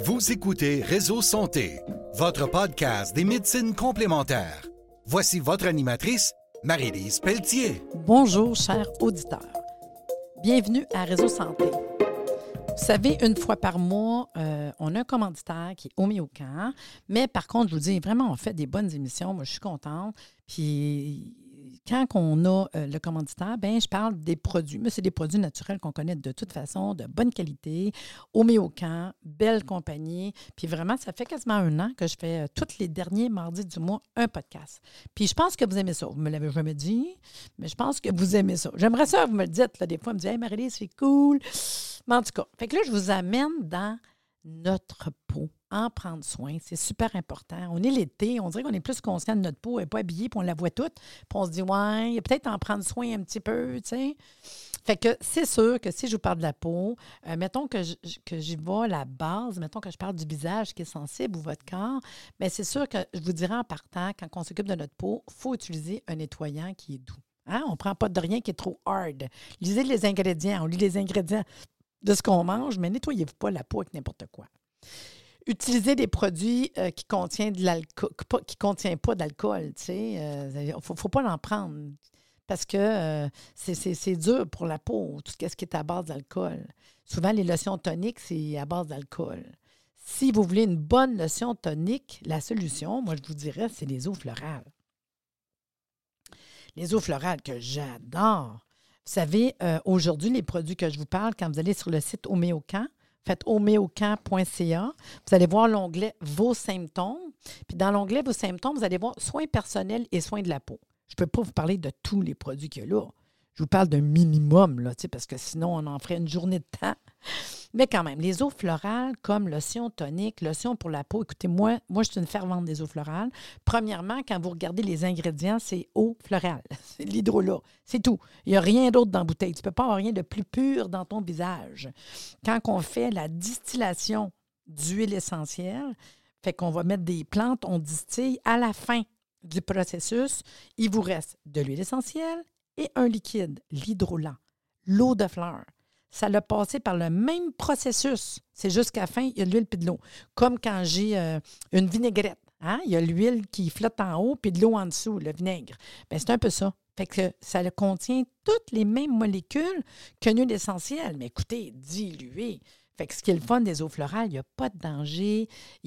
Vous écoutez Réseau Santé, votre podcast des médecines complémentaires. Voici votre animatrice, Marie-Lise Pelletier. Bonjour, chers auditeurs. Bienvenue à Réseau Santé. Vous savez, une fois par mois, on a un commanditaire qui est Homéocan. Mais par contre, je vous dis, vraiment, on fait des bonnes émissions. Moi, je suis contente. Puis, quand on a le commanditaire, bien, je parle des produits. Mais c'est des produits naturels qu'on connaît de toute façon, de bonne qualité. Homéocan, belle compagnie. Puis vraiment, ça fait quasiment 1 an que je fais tous les derniers mardis du mois un podcast. Puis je pense que vous aimez ça. Vous ne me l'avez jamais dit, mais je pense que vous aimez ça. J'aimerais ça que vous me le dites. Là, des fois, vous me dites « Hey, Marie-Lise, c'est cool. » Mais en tout cas, fait que là, je vous amène dans notre peau. En prendre soin, c'est super important. On est l'été, on dirait qu'on est plus conscient de notre peau, elle n'est pas habillée, puis on la voit toute. Puis on se dit, ouais, il y a peut-être en prendre soin un petit peu, tu sais. Fait que c'est sûr que si je vous parle de la peau, mettons que j'y vais à la base, mettons que je parle du visage qui est sensible ou votre corps, bien c'est sûr que je vous dirais en partant, quand on s'occupe de notre peau, il faut utiliser un nettoyant qui est doux. Hein? On ne prend pas de rien qui est trop hard. Lisez les ingrédients, on lit les ingrédients de ce qu'on mange, mais nettoyez-vous pas la peau avec n'importe quoi. Utilisez des produits qui contiennent de l'alcool, qui ne contiennent pas d'alcool. Il ne faut pas en prendre parce que c'est dur pour la peau, tout ce qui est à base d'alcool. Souvent, les lotions toniques, c'est à base d'alcool. Si vous voulez une bonne lotion tonique, la solution, moi, je vous dirais, c'est les eaux florales. Les eaux florales que j'adore. Vous savez, aujourd'hui, les produits que je vous parle, quand vous allez sur le site Homéocan, faites homéocan.ca. Vous allez voir l'onglet « Vos symptômes ». Puis dans l'onglet « Vos symptômes », vous allez voir « Soins personnels et soins de la peau ». Je ne peux pas vous parler de tous les produits qu'il y a là. Je vous parle d'un minimum, là, parce que sinon, on en ferait une journée de temps. Mais quand même, les eaux florales comme lotion tonique, lotion pour la peau, écoutez, moi, je suis une fervente des eaux florales. Premièrement, quand vous regardez les ingrédients, c'est eau florale. C'est l'hydrolat. C'est tout. Il n'y a rien d'autre dans la bouteille. Tu ne peux pas avoir rien de plus pur dans ton visage. Quand on fait la distillation d'huile essentielle, fait qu'on va mettre des plantes, on distille. À la fin du processus, il vous reste de l'huile essentielle et un liquide, l'hydrolat, l'eau de fleur. Ça l'a passé par le même processus. C'est juste qu'à la fin, il y a de l'huile et de l'eau. Comme quand j'ai une vinaigrette. Hein? Il y a l'huile qui flotte en haut puis de l'eau en dessous, le vinaigre. Bien, c'est un peu ça. Fait que ça contient toutes les mêmes molécules qu'une huile essentielle. Mais écoutez, diluée. Fait que ce qui est le fun des eaux florales, il n'y a pas de danger.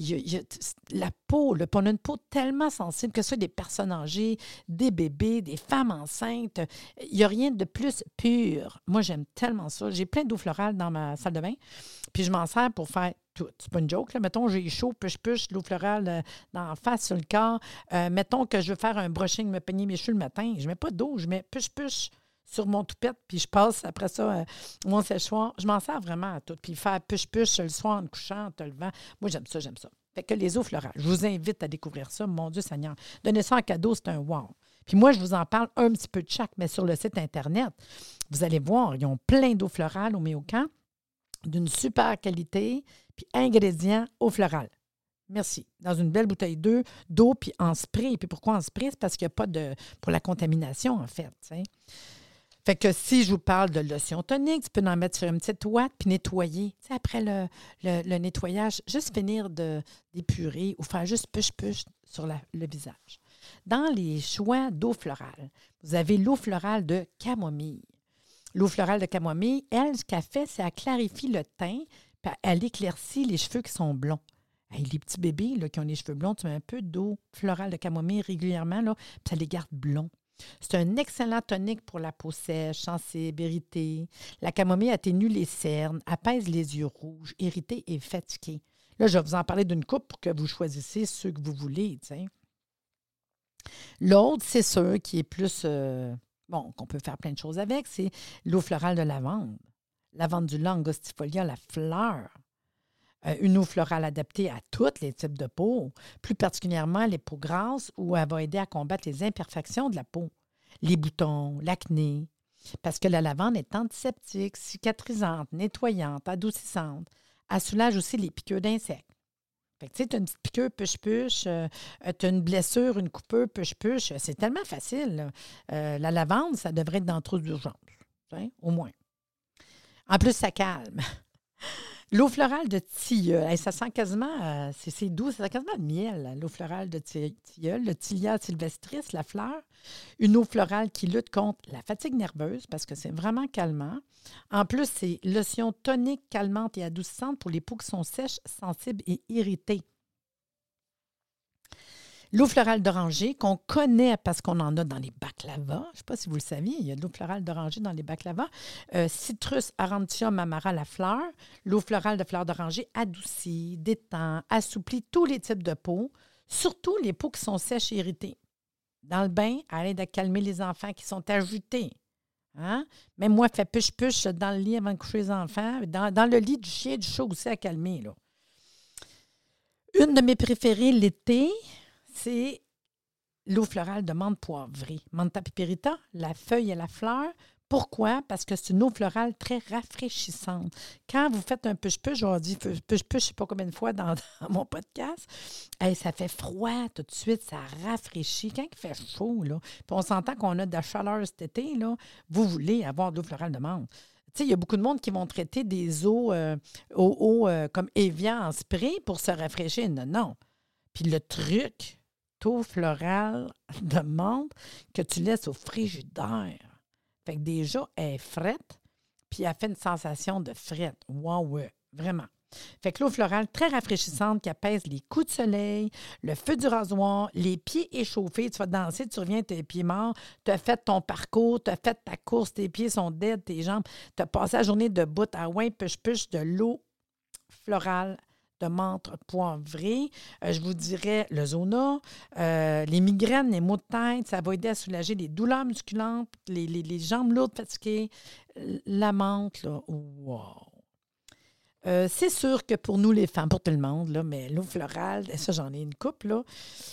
La peau, on a une peau tellement sensible, que ce soit des personnes âgées, des bébés, des femmes enceintes, il n'y a rien de plus pur. Moi, j'aime tellement ça. J'ai plein d'eau florale dans ma salle de bain, puis je m'en sers pour faire tout. C'est pas une joke, là. Mettons, j'ai chaud, push, l'eau florale dans la face, sur le corps. Mettons que je veux faire un brushing, me peigner mes cheveux le matin. Je ne mets pas d'eau, je mets push sur mon toupette, puis je passe après ça mon séchoir. Je m'en sers vraiment à tout. Puis faire push le soir en me couchant, en te levant. Moi, j'aime ça. Fait que les eaux florales, je vous invite à découvrir ça. Mon Dieu Seigneur, donner ça en cadeau, c'est un wow. Puis moi, je vous en parle un petit peu de chaque, mais sur le site Internet, vous allez voir, ils ont plein d'eau florale au Homéocan, d'une super qualité, puis ingrédients eau florale. Merci. Dans une belle bouteille d'eau, puis en spray. Puis pourquoi en spray? C'est parce qu'il n'y a pas pour la contamination, en fait, t'sais. Fait que si je vous parle de lotion tonique, tu peux en mettre sur une petite ouate puis nettoyer. Tu sais, après le nettoyage, juste finir d'épurer ou faire juste push sur le visage. Dans les choix d'eau florale, vous avez l'eau florale de camomille. L'eau florale de camomille, elle, ce qu'elle fait, c'est qu'elle clarifie le teint puis elle éclaircit les cheveux qui sont blonds. Hey, les petits bébés là, qui ont les cheveux blonds, tu mets un peu d'eau florale de camomille régulièrement, là, puis ça les garde blonds. C'est un excellent tonique pour la peau sèche, sensible, irritée. La camomille atténue les cernes, apaise les yeux rouges, irrités et fatigués. Là, je vais vous en parler d'une coupe pour que vous choisissiez ceux que vous voulez. T'sais. L'autre, c'est sûr, qui est plus... qu'on peut faire plein de choses avec, c'est l'eau florale de lavande. Lavandula angustifolia, la fleur. Une eau florale adaptée à tous les types de peau, plus particulièrement les peaux grasses, où elle va aider à combattre les imperfections de la peau, les boutons, l'acné, parce que la lavande est antiseptique, cicatrisante, nettoyante, adoucissante. Elle soulage aussi les piqûres d'insectes. Fait que tu sais, tu as une petite piqûre, push, tu as une blessure, une coupure, push, c'est tellement facile. La lavande, ça devrait être dans trop d'urgence, au moins. En plus, ça calme. L'eau florale de tilleul. Hey, ça sent quasiment, c'est doux, ça sent quasiment le miel, l'eau florale de tilleul. Le Tilia sylvestris, la fleur. Une eau florale qui lutte contre la fatigue nerveuse parce que c'est vraiment calmant. En plus, c'est lotion tonique, calmante et adoucissante pour les peaux qui sont sèches, sensibles et irritées. L'eau florale d'oranger, qu'on connaît parce qu'on en a dans les baklava. Je ne sais pas si vous le saviez, il y a de l'eau florale d'oranger dans les baklava. Citrus aurantium amara, la fleur. L'eau florale de fleur d'oranger adoucit, détend, assouplit tous les types de peau, surtout les peaux qui sont sèches et irritées. Dans le bain, elle aide à calmer les enfants qui sont agités. Hein? Même moi, fait puche-puche dans le lit avant de coucher les enfants. Dans le lit du chien, du chat aussi à calmer. Là. Une de mes préférées l'été, c'est l'eau florale de menthe poivrée. Mentha piperita, la feuille et la fleur. Pourquoi? Parce que c'est une eau florale très rafraîchissante. Quand vous faites un push-push, je dit push-push, je ne sais pas combien de fois dans mon podcast, ça fait froid tout de suite, ça rafraîchit. Quand il fait chaud, là, puis on s'entend qu'on a de la chaleur cet été, là, vous voulez avoir de l'eau florale de menthe. Tu sais, il y a beaucoup de monde qui vont traiter des eaux comme Evian en spray pour se rafraîchir. Non, non. Puis le truc, eau florale de menthe que tu laisses au frigidaire. Fait que déjà, elle est frette, puis elle fait une sensation de frette. Wow, ouais, vraiment. Fait que l'eau florale très rafraîchissante qui apaise les coups de soleil, le feu du rasoir, les pieds échauffés. Tu vas danser, tu reviens, tes pieds morts, tu as fait ton parcours, tu as fait ta course, tes pieds sont dead, tes jambes. Tu as passé la journée de bout à ouin, push-push de l'eau florale de menthe poivrée. Je vous dirais le zona, les migraines, les maux de tête, ça va aider à soulager les douleurs musculantes, les jambes lourdes, fatiguées. La menthe, là, wow! C'est sûr que pour nous, les femmes, pour tout le monde, là, mais l'eau florale, ça, j'en ai une coupe, là,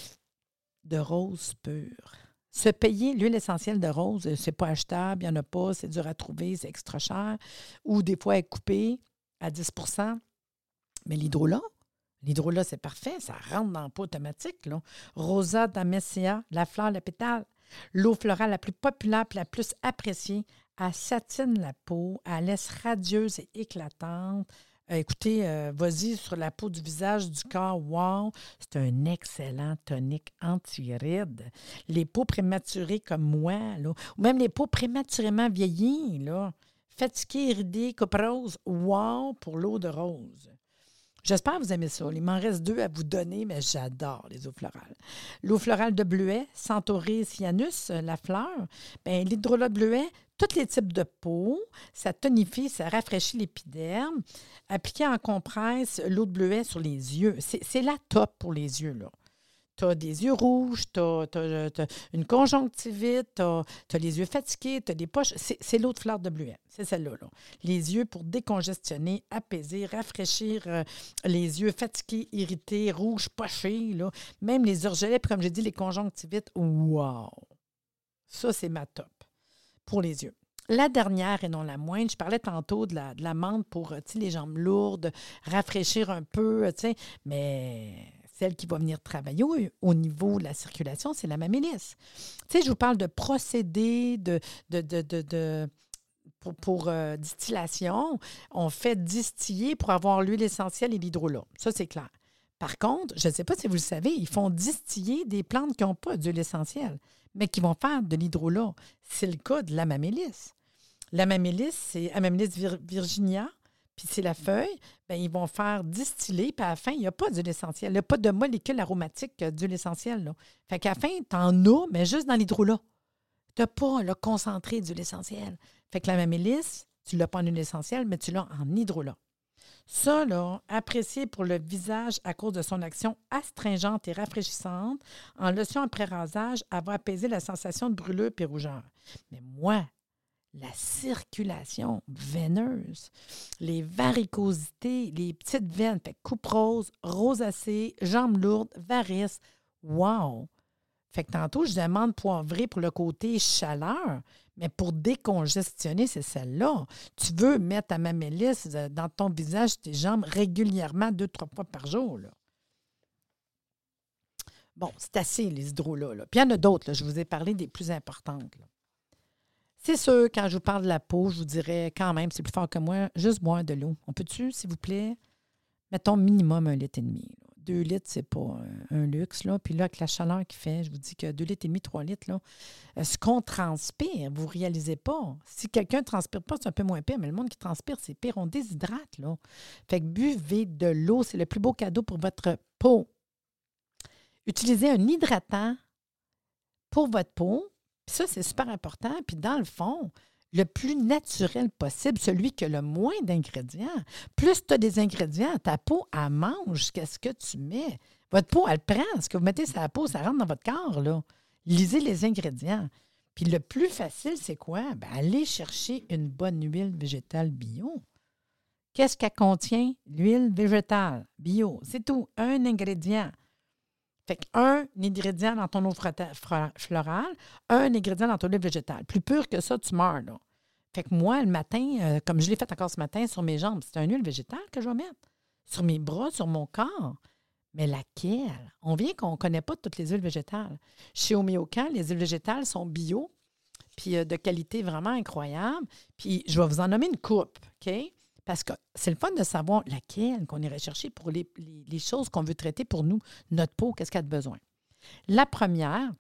de rose pure. Se payer l'huile essentielle de rose, c'est pas achetable, il n'y en a pas, c'est dur à trouver, c'est extra cher. Ou des fois, elle est coupée à 10 %. Mais l'hydrolat, c'est parfait. Ça rentre dans le pot automatique. Là. Rosa damessia, la fleur, le pétale. L'eau florale la plus populaire et la plus appréciée. Elle satine la peau. Elle laisse radieuse et éclatante. Écoutez, vas-y sur la peau du visage, du corps. Wow! C'est un excellent tonique anti-rides. Les peaux prématurées comme moi, là, ou même les peaux prématurément vieillies, là, fatiguées, ridées, coupe rose. Wow! Pour l'eau de rose. J'espère que vous aimez ça. Il m'en reste 2 à vous donner, mais j'adore les eaux florales. L'eau florale de bleuet, Centauré cyanus, la fleur. Bien, l'hydrolat de bleuet, tous les types de peau, ça tonifie, ça rafraîchit l'épiderme. Appliquer en compresse l'eau de bleuet sur les yeux. C'est la top pour les yeux, là. Tu as des yeux rouges, tu as une conjonctivite, tu as les yeux fatigués, tu as des poches. C'est l'eau de fleur de bleuet. C'est celle-là. Là. Les yeux pour décongestionner, apaiser, rafraîchir les yeux fatigués, irrités, rouges, pochés. Là. Même les orgelets, puis comme j'ai dit, les conjonctivites. Wow! Ça, c'est ma top pour les yeux. La dernière, et non la moindre, je parlais tantôt de la menthe pour les jambes lourdes, rafraîchir un peu, mais celle qui va venir travailler au niveau de la circulation, c'est la mamélis. Je vous parle de procédés pour distillation. On fait distiller pour avoir l'huile essentielle et l'hydrolat. Ça, c'est clair. Par contre, je ne sais pas si vous le savez, ils font distiller des plantes qui n'ont pas d'huile essentielle, mais qui vont faire de l'hydrolat. C'est le cas de la mamélis. La mamélis, c'est Amamélis virginia, puis c'est la feuille. Bien, ils vont faire distiller, puis à la fin, il n'y a pas d'huile essentielle. Il n'y a pas de molécule aromatique d'huile essentielle. Là. Fait qu'à la fin, tu en as, mais juste dans l'hydrolat. Tu n'as pas le concentré d'huile essentielle. Fait que la mamélis, tu ne l'as pas en huile essentielle, mais tu l'as en hydrolat. Ça, là, apprécié pour le visage à cause de son action astringente et rafraîchissante, en lotion après rasage, elle va apaiser la sensation de brûlure et rougeur. Mais moi, la circulation veineuse, les varicosités, les petites veines, fait coupe rose, rosacée, jambes lourdes, varices. Wow! Fait que tantôt, je demande poivrée pour le côté chaleur, mais pour décongestionner, c'est celle-là. Tu veux mettre ta mamélis dans ton visage, tes jambes régulièrement, 2-3 fois par jour. Là. Bon, c'est assez, les hydrolats. Là. Puis il y en a d'autres, là, je vous ai parlé des plus importantes. Là. C'est sûr, quand je vous parle de la peau, je vous dirais quand même, c'est plus fort que moi, juste boire de l'eau. On peut-tu, s'il vous plaît, mettons minimum 1,5 litre. 2 litres, c'est pas un luxe. Là. Puis là, avec la chaleur qu'il fait, je vous dis que 2,5 litres, 3 litres, là, ce qu'on transpire, vous ne réalisez pas. Si quelqu'un ne transpire pas, c'est un peu moins pire, mais le monde qui transpire, c'est pire. On déshydrate. Là. Fait que buvez de l'eau. C'est le plus beau cadeau pour votre peau. Utilisez un hydratant pour votre peau. Puis ça, c'est super important. Puis dans le fond, le plus naturel possible, celui qui a le moins d'ingrédients. Plus tu as des ingrédients, ta peau, elle mange qu'est-ce que tu mets. Votre peau, elle prend. Ce que vous mettez sur la peau, ça rentre dans votre corps. Là. Lisez les ingrédients. Puis le plus facile, c'est quoi? Bien, allez chercher une bonne huile végétale bio. Qu'est-ce qu'elle contient? L'huile végétale bio. C'est tout. Un ingrédient. Fait qu'un ingrédient dans ton eau florale, un ingrédient dans ton huile végétale. Plus pur que ça, tu meurs, là. Fait que moi, le matin, comme je l'ai fait encore ce matin sur mes jambes, c'est une huile végétale que je vais mettre. Sur mes bras, sur mon corps. Mais laquelle? On vient qu'on ne connaît pas toutes les huiles végétales. Chez Homéocan, les huiles végétales sont bio, puis de qualité vraiment incroyable. Puis je vais vous en nommer une coupe, OK? Parce que c'est le fun de savoir laquelle qu'on irait chercher pour les choses qu'on veut traiter pour nous, notre peau, qu'est-ce qu'elle a besoin. La première,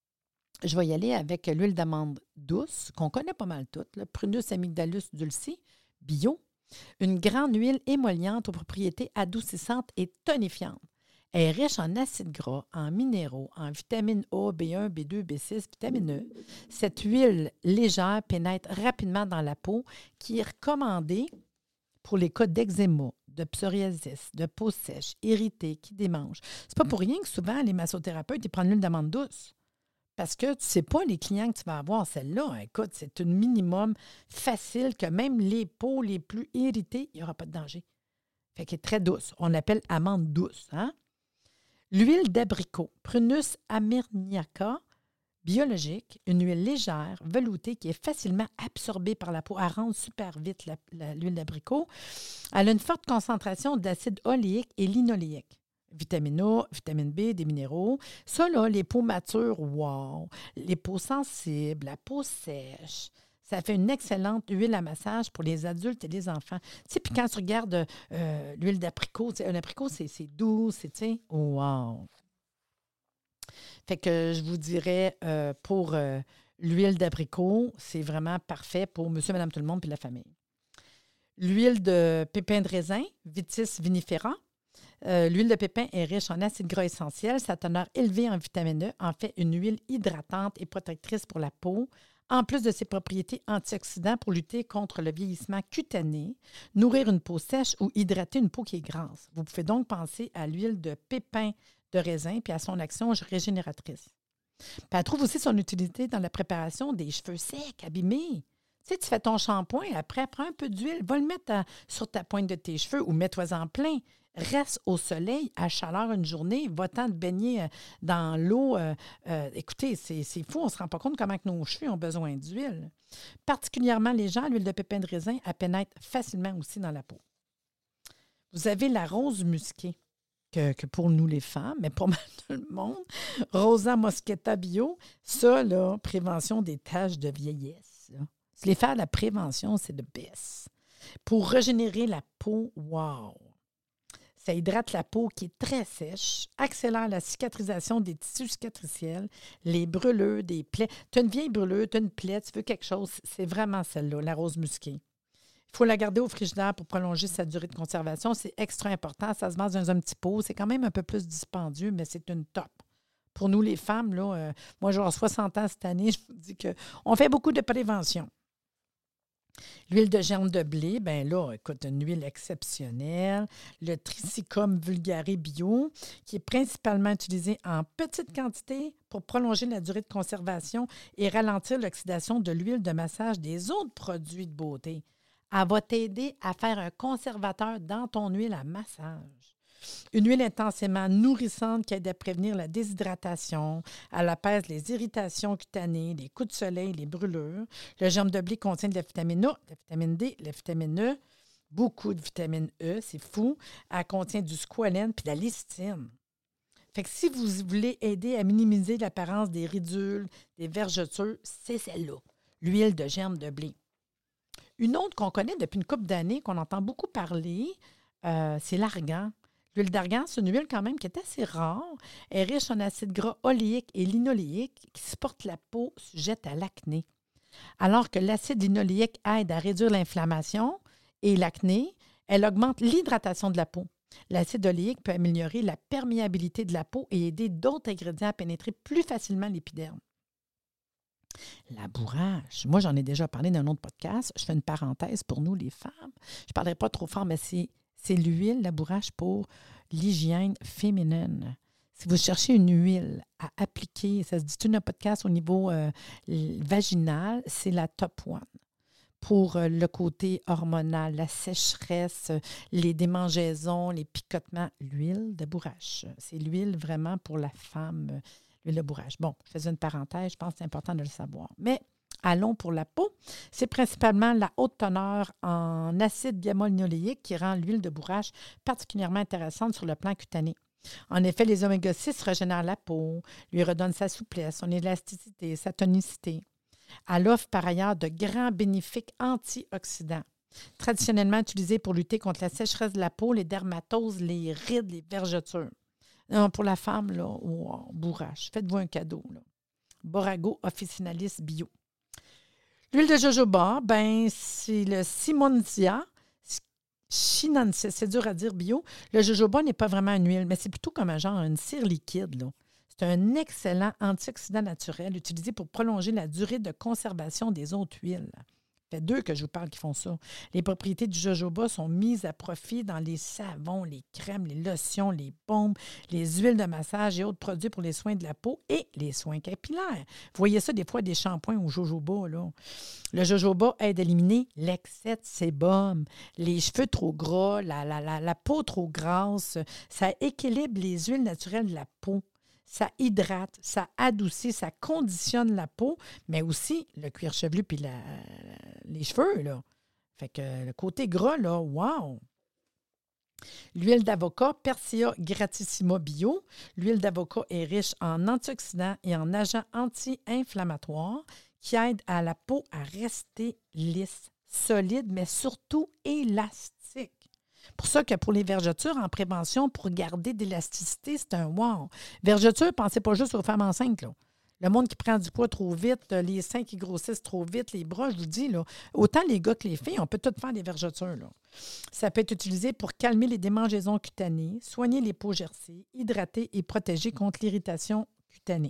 je vais y aller avec l'huile d'amande douce, qu'on connaît pas mal toutes, le Prunus amygdalus dulcis, bio. Une grande huile émolliente aux propriétés adoucissantes et tonifiantes. Elle est riche en acides gras, en minéraux, en vitamines A, B1, B2, B6, vitamine E. Cette huile légère pénètre rapidement dans la peau, qui est recommandée pour les cas d'eczéma, de psoriasis, de peau sèche, irritée, qui démange. C'est pas pour rien que souvent, les massothérapeutes, ils prennent l'huile d'amande douce. Parce que tu ne sais pas les clients que tu vas avoir. Celle-là, écoute, c'est un minimum facile que même les peaux les plus irritées, il n'y aura pas de danger. Fait qu'elle est très douce. On l'appelle amande douce. Hein? L'huile d'abricot, Prunus ammoniaca, biologique, une huile légère, veloutée, qui est facilement absorbée par la peau. Elle rentre super vite, l'huile d'abricot. Elle a une forte concentration d'acide oléique et linoléique. Vitamine A, vitamine B, des minéraux. Ça, là, les peaux matures, wow! Les peaux sensibles, la peau sèche. Ça fait une excellente huile à massage pour les adultes et les enfants. Tu sais, puis quand tu regardes l'huile d'abricot, un abricot, c'est doux, c'est, tu sais, wow! Fait que je vous dirais, pour l'huile d'abricot, c'est vraiment parfait pour monsieur, madame, tout le monde puis la famille. L'huile de pépin de raisin, Vitis vinifera. L'huile de pépin est riche en acides gras essentiels. Sa teneur élevée en vitamine E en fait une huile hydratante et protectrice pour la peau, en plus de ses propriétés antioxydants pour lutter contre le vieillissement cutané, nourrir une peau sèche ou hydrater une peau qui est grasse. Vous pouvez donc penser à l'huile de pépin de raisin puis à son action régénératrice. Puis elle trouve aussi son utilité dans la préparation des cheveux secs, abîmés. Tu sais, tu fais ton shampoing, après, prends un peu d'huile, va le mettre sur ta pointe de tes cheveux ou mets-toi-en plein. Reste au soleil, à chaleur une journée, va-t'en te baigner dans l'eau. Écoutez, c'est fou, on ne se rend pas compte comment que nos cheveux ont besoin d'huile. Particulièrement légère, l'huile de pépin de raisin, elle pénètre facilement aussi dans la peau. Vous avez la rose musquée, que pour nous les femmes, mais pour tout le monde, Rosa Moschetta bio, ça, là, prévention des taches de vieillesse. Là. Si les faire la prévention, c'est le best. Pour régénérer la peau, wow! Ça hydrate la peau qui est très sèche, accélère la cicatrisation des tissus cicatriciels, les brûlures, des plaies. Tu as une vieille brûlure, tu as une plaie, tu veux quelque chose, c'est vraiment celle-là, la rose musquée. Il faut la garder au frigidaire pour prolonger sa durée de conservation. C'est extra important. Ça se vend dans un petit pot. C'est quand même un peu plus dispendieux, mais c'est une top. Pour nous, les femmes, là, moi, j'ai 60 ans cette année, je vous dis qu'on fait beaucoup de prévention. L'huile de germe de blé, bien là, écoute, une huile exceptionnelle. Le Triticum vulgare bio, qui est principalement utilisé en petite quantité pour prolonger la durée de conservation et ralentir l'oxydation de l'huile de massage des autres produits de beauté. Elle va t'aider à faire un conservateur dans ton huile à massage. Une huile intensément nourrissante qui aide à prévenir la déshydratation. Elle apaise les irritations cutanées, les coups de soleil, les brûlures. Le germe de blé contient de la vitamine A, de la vitamine D, de la vitamine E, beaucoup de vitamine E, c'est fou. Elle contient du squalène puis de la lécithine. Fait que si vous voulez aider à minimiser l'apparence des ridules, des vergetures, c'est celle-là. l'huile de germe de blé. Une autre qu'on connaît depuis une couple d'années, qu'on entend beaucoup parler, c'est l'argan. L'huile d'argan, c'est une huile quand même qui est assez rare. Elle est riche en acides gras oléiques et linoléiques qui supportent la peau sujette à l'acné. Alors que l'acide linoléique aide à réduire l'inflammation et l'acné, elle augmente l'hydratation de la peau. L'acide oléique peut améliorer la perméabilité de la peau et aider d'autres ingrédients à pénétrer plus facilement l'épiderme. La bourrache. Moi, j'en ai déjà parlé dans un autre podcast. Je fais une parenthèse pour nous, les femmes. Je ne parlerai pas trop fort, mais c'est l'huile, la bourrache, pour l'hygiène féminine. Si vous cherchez une huile à appliquer, ça se dit tout dans un podcast au niveau vaginal, c'est la top one. Pour le côté hormonal, la sécheresse, les démangeaisons, les picotements, l'huile de bourrache. C'est l'huile vraiment pour la femme, l'huile de bourrache. Bon, je faisais une parenthèse, je pense que c'est important de le savoir. Mais allons pour la peau. C'est principalement la haute teneur en acide gamma-linoléique qui rend l'huile de bourrache particulièrement intéressante sur le plan cutané. En effet, les oméga-6 régénèrent la peau, lui redonnent sa souplesse, son élasticité, sa tonicité. Elle offre par ailleurs de grands bénéfices antioxydants, traditionnellement utilisés pour lutter contre la sécheresse de la peau, les dermatoses, les rides, les vergetures. Non, pour la femme, là, wow, bourrache, faites-vous un cadeau. Là. Borago Officinalis Bio. L'huile de jojoba, ben, c'est le Simonsia chinensis. C'est dur à dire bio. Le jojoba n'est pas vraiment une huile, mais c'est plutôt comme un genre, une cire liquide, là. C'est un excellent antioxydant naturel utilisé pour prolonger la durée de conservation des autres huiles. Ça fait 2 que je vous parle qui font ça. Les propriétés du jojoba sont mises à profit dans les savons, les crèmes, les lotions, les baumes, les huiles de massage et autres produits pour les soins de la peau et les soins capillaires. Vous voyez ça des fois, des shampoings au jojoba, là. Le jojoba aide à éliminer l'excès de sébum, les cheveux trop gras, la peau trop grasse. Ça équilibre les huiles naturelles de la peau. Ça hydrate, ça adoucit, ça conditionne la peau, mais aussi le cuir chevelu puis les cheveux, là. Fait que le côté gras, là, wow! L'huile d'avocat, Persea gratissima bio. L'huile d'avocat est riche en antioxydants et en agents anti-inflammatoires qui aident à la peau à rester lisse, solide, mais surtout élastique. Pour ça que pour les vergetures, en prévention, pour garder d'élasticité, c'est un wow. Vergetures, pensez pas juste aux femmes enceintes, là. Le monde qui prend du poids trop vite, les seins qui grossissent trop vite, les bras, je vous dis, là, autant les gars que les filles, on peut tout faire des vergetures, là. Ça peut être utilisé pour calmer les démangeaisons cutanées, soigner les peaux gercées, hydrater et protéger contre l'irritation cutanée.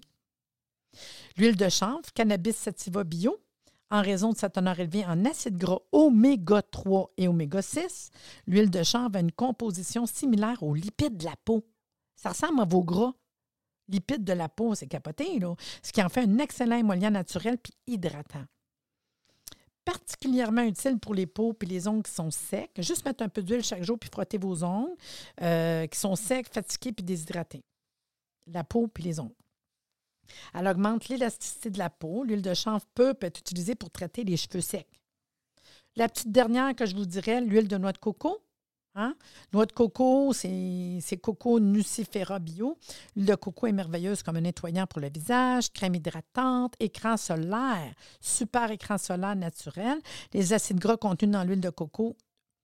L'huile de chanvre, Cannabis sativa bio, en raison de sa teneur élevée en acides gras oméga 3 et oméga 6, l'huile de chanvre a une composition similaire aux lipides de la peau. Ça ressemble à vos gras. Lipides de la peau, c'est capoté, là. Ce qui en fait un excellent émollient naturel puis hydratant. Particulièrement utile pour les peaux puis les ongles qui sont secs. Juste mettre un peu d'huile chaque jour puis frotter vos ongles qui sont secs, fatigués puis déshydratés. La peau puis les ongles. Elle augmente l'élasticité de la peau. L'huile de chanvre peut être utilisée pour traiter les cheveux secs. La petite dernière que je vous dirais, l'huile de noix de coco. Hein? Noix de coco, c'est Coco Nucifera Bio. L'huile de coco est merveilleuse comme un nettoyant pour le visage, crème hydratante, écran solaire, super écran solaire naturel. Les acides gras contenus dans l'huile de coco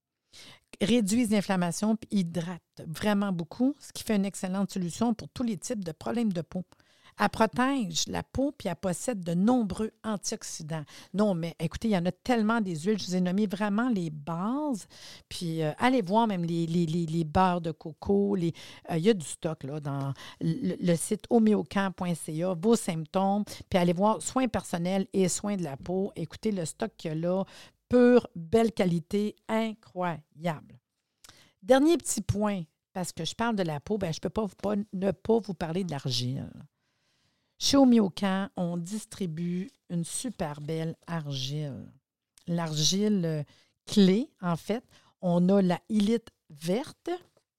réduisent l'inflammation et hydratent vraiment beaucoup, ce qui fait une excellente solution pour tous les types de problèmes de peau. Elle protège la peau puis elle possède de nombreux antioxydants. Non, mais écoutez, il y en a tellement des huiles. Je vous ai nommé vraiment les bases. Puis allez voir même les beurres de coco. Il y a du stock là, dans le site homeocamp.ca, vos symptômes. Puis allez voir soins personnels et soins de la peau. Écoutez, le stock qu'il y a là, pure, belle qualité, incroyable. Dernier petit point, parce que je parle de la peau, bien, je ne peux pas ne pas vous parler de l'argile. Chez Homeocamp, on distribue une super belle argile. L'argile clé, en fait, on a la hylite verte,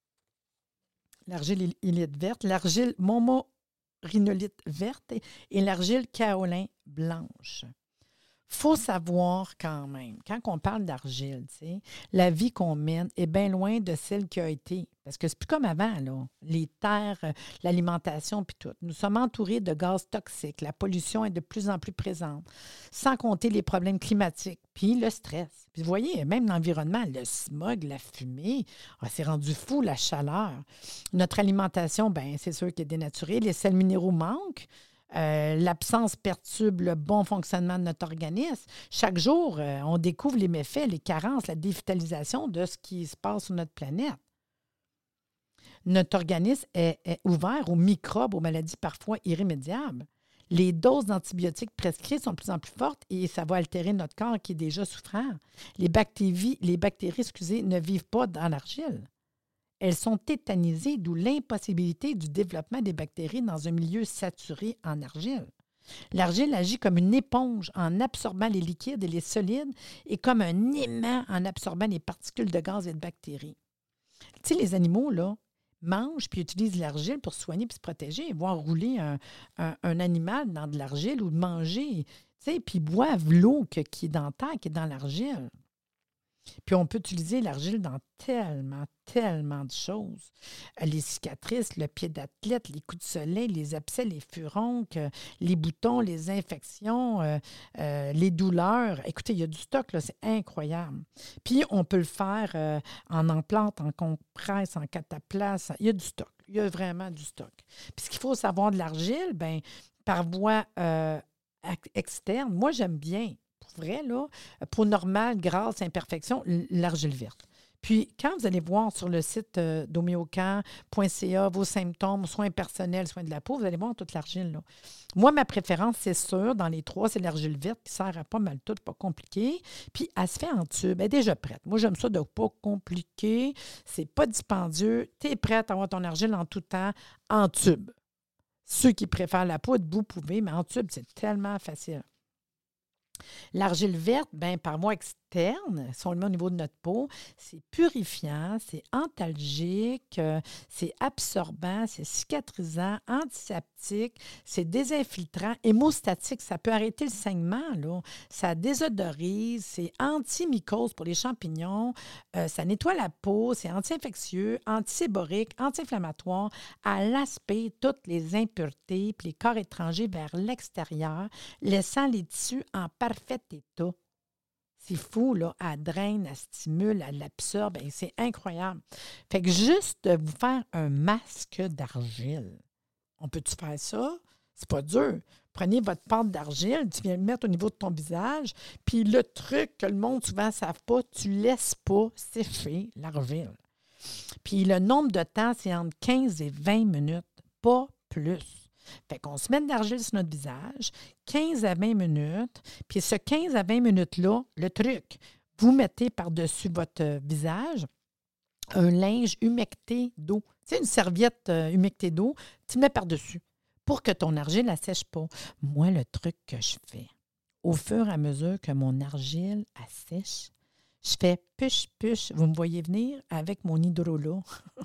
l'argile hylite verte, l'argile momorinolite verte et l'argile kaolin blanche. faut savoir quand même, quand on parle d'argile, tu sais, la vie qu'on mène est bien loin de celle qui a été. Parce que c'est plus comme avant, là. Les terres, l'alimentation, puis tout. Nous sommes entourés de gaz toxiques. La pollution est de plus en plus présente. Sans compter les problèmes climatiques, puis le stress. Puis vous voyez, même l'environnement, le smog, la fumée, c'est rendu fou, la chaleur. Notre alimentation, bien, c'est sûr qu'elle est dénaturée. Les sels minéraux manquent. L'absence perturbe le bon fonctionnement de notre organisme. Chaque jour, on découvre les méfaits, les carences, la dévitalisation de ce qui se passe sur notre planète. Notre organisme est ouvert aux microbes, aux maladies parfois irrémédiables. Les doses d'antibiotiques prescrites sont de plus en plus fortes et ça va altérer notre corps qui est déjà souffrant. Les bactéries, ne vivent pas dans l'argile. Elles sont tétanisées, d'où l'impossibilité du développement des bactéries dans un milieu saturé en argile. L'argile agit comme une éponge en absorbant les liquides et les solides et comme un aimant en absorbant les particules de gaz et de bactéries. Tu sais, les animaux, là, mangent puis utilisent l'argile pour se soigner puis se protéger. Voir rouler un animal dans de l'argile ou manger, tu sais, puis boivent l'eau qui est dans la terre, qui est dans l'argile. Puis on peut utiliser l'argile dans tellement de choses. Les cicatrices, le pied d'athlète, les coups de soleil, les abcès, les furoncles, les boutons, les infections, les douleurs. Écoutez, il y a du stock, là, c'est incroyable. Puis on peut le faire en plante, en compresse, en cataplasme. Il y a du stock. Il y a vraiment du stock. Puis ce qu'il faut savoir de l'argile, bien, par voie externe, moi, j'aime bien. Vrai, là, peau normale, grasse, imperfection, l'argile verte. Puis, quand vous allez voir sur le site d'homéocan.ca vos symptômes, soins personnels, soins de la peau, vous allez voir toute l'argile. Là. Moi, ma préférence, c'est sûr, dans les trois, c'est l'argile verte qui sert à pas mal tout, pas compliqué. Puis, elle se fait en tube. Elle est déjà prête. Moi, j'aime ça de pas compliqué. C'est pas dispendieux. Tu es prête à avoir ton argile en tout temps en tube. Ceux qui préfèrent la poudre, vous pouvez, mais en tube, c'est tellement facile. L'argile verte, bien, par voie externe, si on le met au niveau de notre peau, c'est purifiant, c'est antalgique, c'est absorbant, c'est cicatrisant, antiseptique, c'est désinfiltrant, hémostatique, ça peut arrêter le saignement, là. Ça désodorise, c'est antimycose pour les champignons, ça nettoie la peau, c'est anti-infectieux, antiséborique, anti-inflammatoire, elle aspire toutes les impuretés puis les corps étrangers vers l'extérieur, laissant les tissus en parfait état. C'est fou, là. Elle draine, elle stimule, elle absorbe. Et c'est incroyable. Fait que juste de vous faire un masque d'argile. On peut-tu faire ça? C'est pas dur. Prenez votre pâte d'argile, tu viens le mettre au niveau de ton visage, puis le truc que le monde souvent ne savent pas, tu ne laisses pas sécher l'argile. Puis le nombre de temps, c'est entre 15 et 20 minutes, pas plus. Fait qu'on se met de l'argile sur notre visage, 15 à 20 minutes, puis ce 15 à 20 minutes-là, le truc, vous mettez par-dessus votre visage un linge humecté d'eau. Tu sais, une serviette humectée d'eau, tu le mets par-dessus pour que ton argile ne sèche pas. Moi, le truc que je fais, au fur et à mesure que mon argile sèche, je fais push, vous me voyez venir avec mon hydrolat.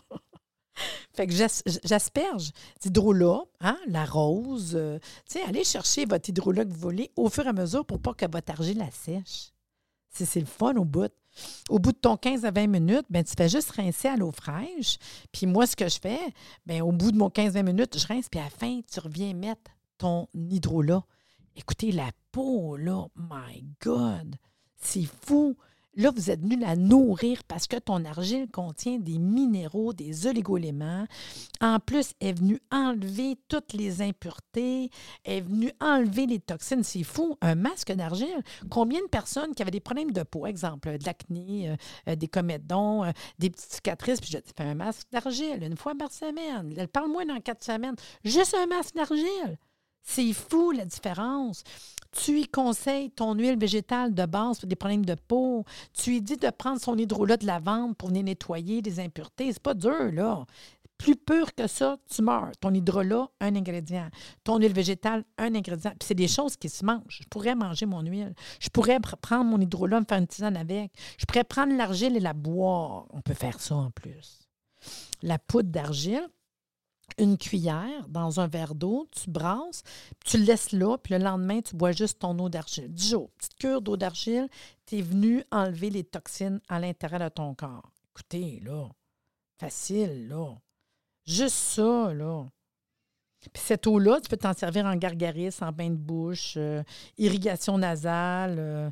Fait que j'asperge d'hydrolat, hein, la rose. Tu sais, allez chercher votre hydrolat que vous voulez au fur et à mesure pour pas que votre argile sèche. C'est le fun au bout. Au bout de ton 15 à 20 minutes, ben, tu fais juste rincer à l'eau fraîche. Puis moi, ce que je fais, ben, au bout de mon 15-20 minutes, je rince, puis à la fin, tu reviens mettre ton hydrolat. Écoutez, la peau, là, my God, c'est fou. Là, vous êtes venu la nourrir parce que ton argile contient des minéraux, des oligo-éléments. En plus, elle est venue enlever toutes les impuretés, elle est venue enlever les toxines. C'est fou, un masque d'argile. Combien de personnes qui avaient des problèmes de peau, exemple, de l'acné, des comédons, des petites cicatrices, puis je dis, fais un masque d'argile une fois par semaine. Elle parle moins dans 4 semaines. Juste un masque d'argile. C'est fou, la différence. Tu y conseilles ton huile végétale de base pour des problèmes de peau. Tu lui dis de prendre son hydrolat de lavande pour venir nettoyer des impuretés. C'est pas dur, là. Plus pur que ça, tu meurs. Ton hydrolat, un ingrédient. Ton huile végétale, un ingrédient. Puis c'est des choses qui se mangent. Je pourrais manger mon huile. Je pourrais prendre mon hydrolat, me faire une tisane avec. Je pourrais prendre l'argile et la boire. On peut faire ça en plus. La poudre d'argile, une cuillère dans un verre d'eau, tu brasses, tu le laisses là, puis le lendemain, tu bois juste ton eau d'argile. 10 jours, petite cure d'eau d'argile, tu es venu enlever les toxines à l'intérieur de ton corps. Écoutez, là, facile, là. Juste ça, là. Puis cette eau-là, tu peux t'en servir en gargaris, en bain de bouche, irrigation nasale.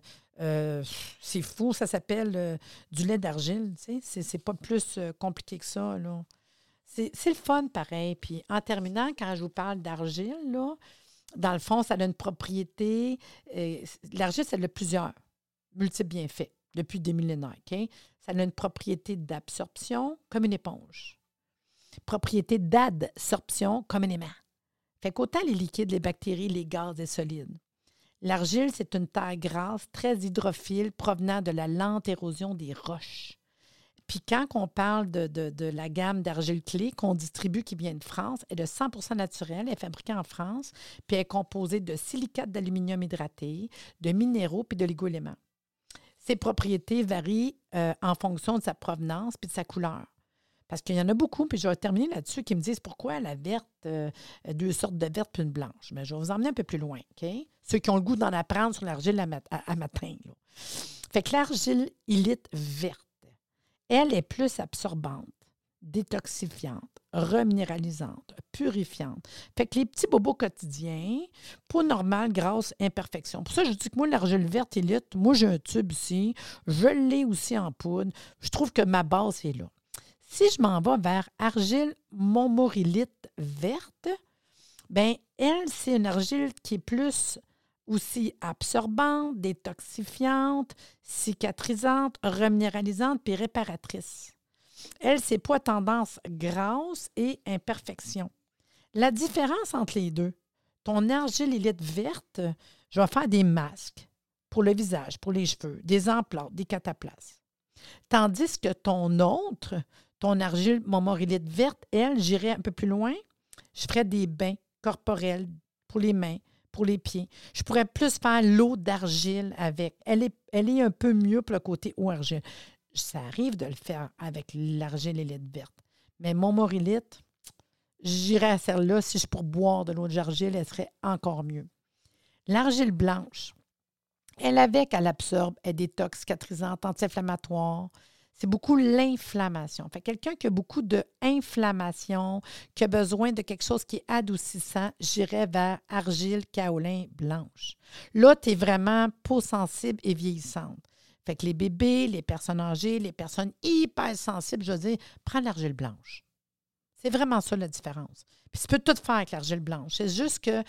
C'est fou, ça s'appelle du lait d'argile. Tu sais? C'est pas plus compliqué que ça, là. C'est le fun, pareil. Puis en terminant, quand je vous parle d'argile, là, dans le fond, ça a une propriété. L'argile, ça a plusieurs multiples bienfaits depuis des millénaires. Okay? Ça a une propriété d'absorption comme une éponge. Propriété d'adsorption comme un aimant. Fait qu'autant les liquides, les bactéries, les gaz et solides. L'argile, c'est une terre grasse, très hydrophile, provenant de la lente érosion des roches. Puis quand on parle de la gamme d'argile clé qu'on distribue, qui vient de France, elle est de 100% naturelle, elle est fabriquée en France, puis elle est composée de silicate d'aluminium hydraté, de minéraux puis de oligo-éléments. Ses propriétés varient en fonction de sa provenance puis de sa couleur. Parce qu'il y en a beaucoup, puis je vais terminer là-dessus, qui me disent pourquoi la verte, deux sortes de verte puis une blanche. Mais je vais vous emmener un peu plus loin, OK? Ceux qui ont le goût d'en apprendre sur l'argile à matin. Là. Fait que l'argile illite verte, elle est plus absorbante, détoxifiante, reminéralisante, purifiante. Fait que les petits bobos quotidiens, peau normale, grasse, imperfection. Pour ça, je dis que moi, l'argile verte illite, moi, j'ai un tube ici, je l'ai aussi en poudre. Je trouve que ma base est là. Si je m'en vais vers argile montmorillite verte, bien, elle, c'est une argile qui est plus aussi absorbante, détoxifiante, cicatrisante, reminéralisante puis réparatrice. Elle, c'est pas tendance grasse et imperfection. La différence entre les deux, ton argile illite verte, je vais faire des masques pour le visage, pour les cheveux, des emplâtres, des cataplasmes. Tandis que ton autre, ton argile montmorillite verte, elle, j'irais un peu plus loin, je ferais des bains corporels pour les mains, pour les pieds. Je pourrais plus faire l'eau d'argile avec. Elle est un peu mieux pour le côté eau argile. Ça arrive de le faire avec l'argile illite verte. Mais montmorillite, j'irais à celle-là, si je pour boire de l'eau d'argile, elle serait encore mieux. L'argile blanche, elle absorbe, elle est détox, cicatrisante, anti-inflammatoire. C'est beaucoup l'inflammation. Fait quelqu'un qui a beaucoup d'inflammation, qui a besoin de quelque chose qui est adoucissant, j'irais vers argile kaolin blanche. Là, tu es vraiment peau sensible et vieillissante. Fait que les bébés, les personnes âgées, les personnes hyper sensibles, je veux dire, prends l'argile blanche. C'est vraiment ça la différence. Puis tu peux tout faire avec l'argile blanche. C'est juste qu'elle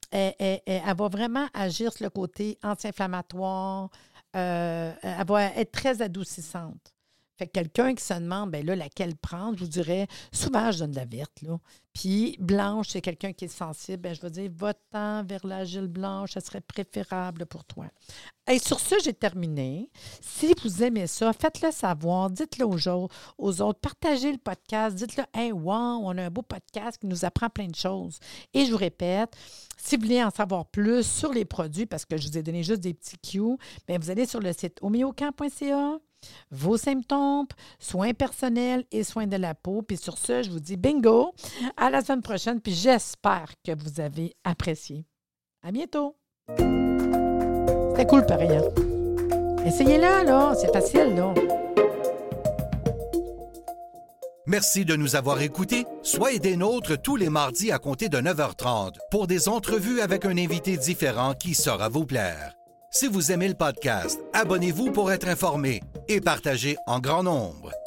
va vraiment agir sur le côté anti-inflammatoire. Elle va être très adoucissante. Fait que quelqu'un qui se demande, bien là, laquelle prendre, je vous dirais, souvent, je donne la verte, là. Puis blanche, c'est quelqu'un qui est sensible, bien, je vais dire, va-t'en vers l'argile blanche, ça serait préférable pour toi. Et sur ce, j'ai terminé. Si vous aimez ça, faites-le savoir, dites-le aux autres, partagez le podcast, dites-le, hey, wow, on a un beau podcast qui nous apprend plein de choses. Et je vous répète, si vous voulez en savoir plus sur les produits, parce que je vous ai donné juste des petits cues, bien, vous allez sur le site homeocamp.ca. Vos symptômes, soins personnels et soins de la peau. Puis sur ce, je vous dis bingo, à la semaine prochaine, puis j'espère que vous avez apprécié. À bientôt! C'était cool, pareil. Hein? Essayez-le, là. C'est facile, là. Merci de nous avoir écoutés. Soyez des nôtres tous les mardis à compter de 9h30 pour des entrevues avec un invité différent qui saura vous plaire. Si vous aimez le podcast, abonnez-vous pour être informé et partagez en grand nombre.